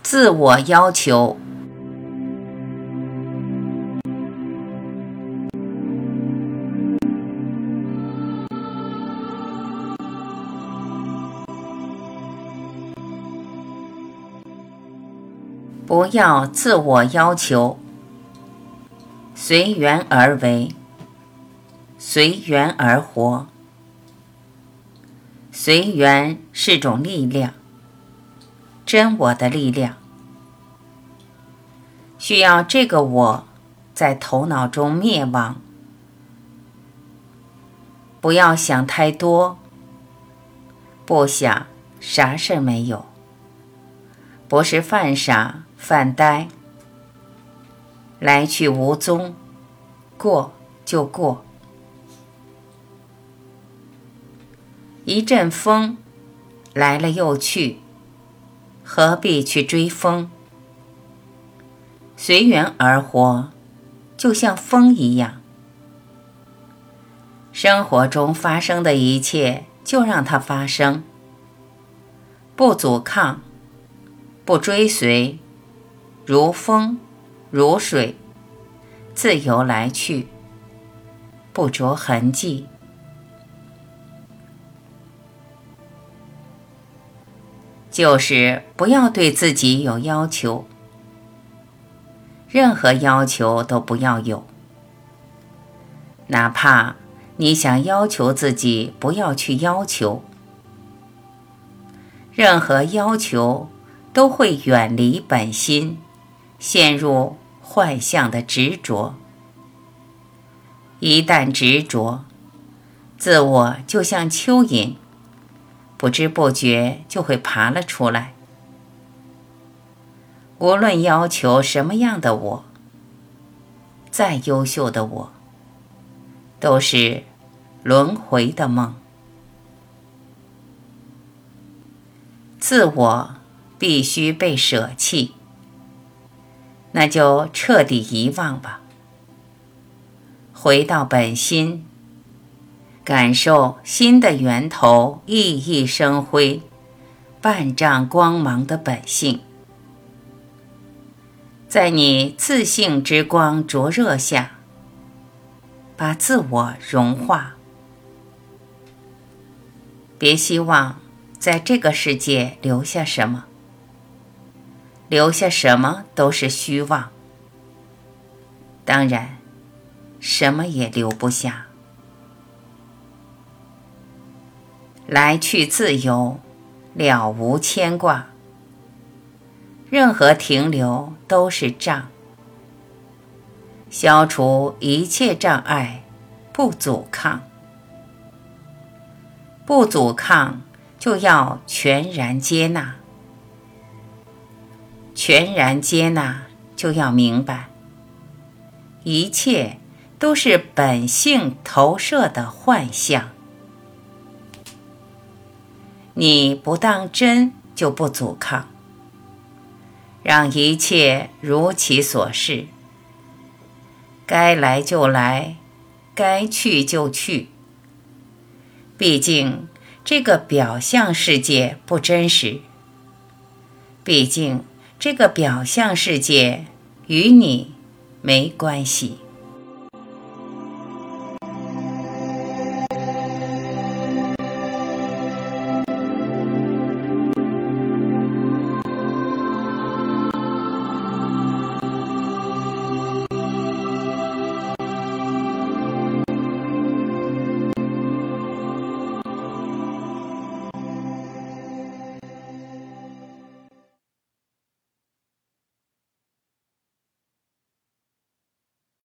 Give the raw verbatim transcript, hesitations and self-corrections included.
自我要求。不要自我要求，随缘而为，随缘而活。随缘是种力量，真我的力量，需要这个我在头脑中灭亡。不要想太多，不想啥事没有，不是犯傻犯呆，来去无踪，过就过。一阵风来了又去，何必去追风？随缘而活，就像风一样。生活中发生的一切，就让它发生，不阻抗，不追随，如风如水，自由来去，不着痕迹。就是不要对自己有要求，任何要求都不要有。哪怕你想要求自己，不要去要求。任何要求都会远离本心，陷入幻象的执着。一旦执着，自我就像蚯蚓，不知不觉就会爬了出来。无论要求什么样的我，再优秀的我，都是轮回的梦。自我必须被舍弃，那就彻底遗忘吧。回到本心，感受心的源头熠熠生辉，万丈光芒的本性。在你自性之光灼热下，把自我融化。别希望在这个世界留下什么，留下什么都是虚妄，当然什么也留不下。来去自由，了无牵挂，任何停留都是障。消除一切障碍，不阻抗。不阻抗，就要全然接纳。全然接纳，就要明白，一切都是本性投射的幻象。你不当真，就不阻抗，让一切如其所是，该来就来，该去就去。毕竟这个表象世界不真实，毕竟这个表象世界与你没关系。